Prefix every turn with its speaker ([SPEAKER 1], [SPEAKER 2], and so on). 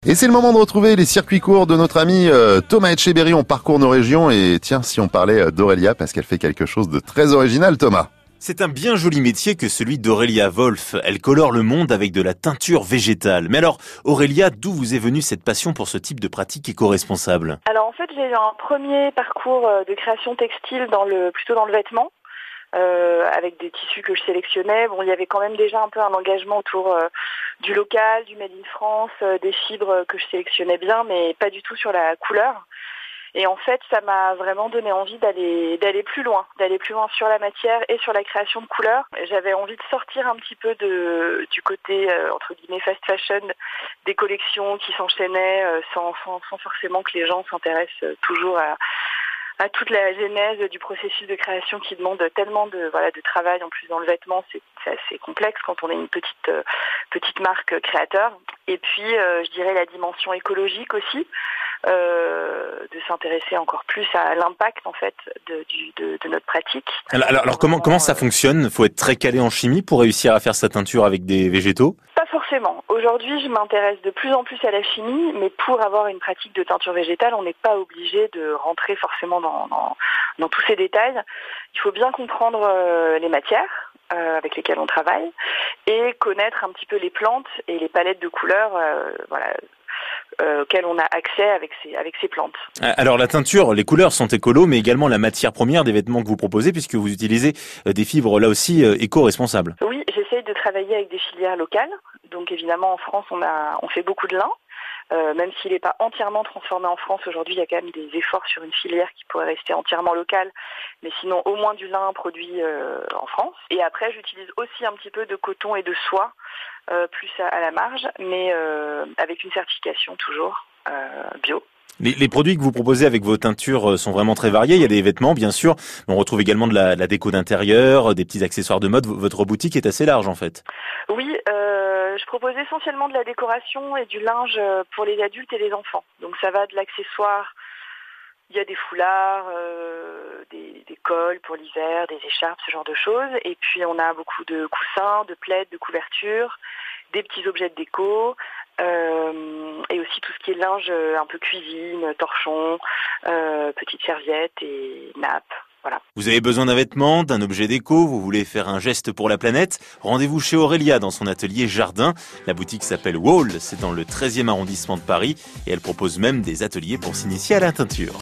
[SPEAKER 1] Et c'est le moment de retrouver les circuits courts de notre ami Thomas Etcheberry. On parcourt nos régions et tiens, si on parlait d'Aurélia, parce qu'elle fait quelque chose de très original, Thomas.
[SPEAKER 2] C'est un bien joli métier que celui d'Aurélia Wolf. Elle colore le monde avec de la teinture végétale. Mais alors, Aurélia, d'où vous est venue cette passion pour ce type de pratique éco-responsable ?
[SPEAKER 3] Alors en fait, j'ai eu un premier parcours de création textile plutôt dans le vêtement. Avec des tissus que je sélectionnais. Bon, il y avait quand même déjà un peu un engagement autour du local, du Made in France, des fibres que je sélectionnais bien, mais pas du tout sur la couleur. Et en fait, ça m'a vraiment donné envie d'aller plus loin sur la matière et sur la création de couleurs. J'avais envie de sortir un petit peu du côté entre guillemets fast fashion des collections qui s'enchaînaient sans forcément que les gens s'intéressent toujours à toute la genèse du processus de création qui demande tellement de travail. En plus, dans le vêtement, c'est assez complexe quand on est une petite marque créateur. Et puis, je dirais la dimension écologique aussi, de s'intéresser encore plus à l'impact en fait de notre pratique.
[SPEAKER 2] Alors comment ça fonctionne ? Faut être très calé en chimie pour réussir à faire sa teinture avec des végétaux ?
[SPEAKER 3] Pas forcément. Aujourd'hui, je m'intéresse de plus en plus à la chimie, mais pour avoir une pratique de teinture végétale, on n'est pas obligé de rentrer forcément dans tous ces détails. Il faut bien comprendre les matières avec lesquelles on travaille et connaître un petit peu les plantes et les palettes de couleurs auxquelles on a accès avec ces plantes.
[SPEAKER 2] Alors la teinture, les couleurs sont écolo, mais également la matière première des vêtements que vous proposez, puisque vous utilisez des fibres là aussi éco-responsables.
[SPEAKER 3] Oui, j'essaye de travailler avec des filières locales. Donc évidemment en France on fait beaucoup de lin. Même s'il n'est pas entièrement transformé en France, aujourd'hui il y a quand même des efforts sur une filière qui pourrait rester entièrement locale, mais sinon au moins du lin produit en France. Et après j'utilise aussi un petit peu de coton et de soie, plus à la marge, mais avec une certification toujours bio.
[SPEAKER 2] Les produits que vous proposez avec vos teintures sont vraiment très variés. Il y a des vêtements, bien sûr, mais on retrouve également de la déco d'intérieur, des petits accessoires de mode. Votre boutique est assez large en fait.
[SPEAKER 3] Oui, je propose essentiellement de la décoration et du linge pour les adultes et les enfants. Donc ça va de l'accessoire, il y a des foulards, des cols pour l'hiver, des écharpes, ce genre de choses. Et puis on a beaucoup de coussins, de plaids, de couvertures, des petits objets de déco. Et aussi tout ce qui est linge un peu cuisine, torchons, petites serviettes et nappes. Voilà.
[SPEAKER 2] Vous avez besoin d'un vêtement, d'un objet déco, vous voulez faire un geste pour la planète ? Rendez-vous chez Aurélia dans son atelier jardin. La boutique s'appelle Wall, c'est dans le 13e arrondissement de Paris et elle propose même des ateliers pour s'initier à la teinture.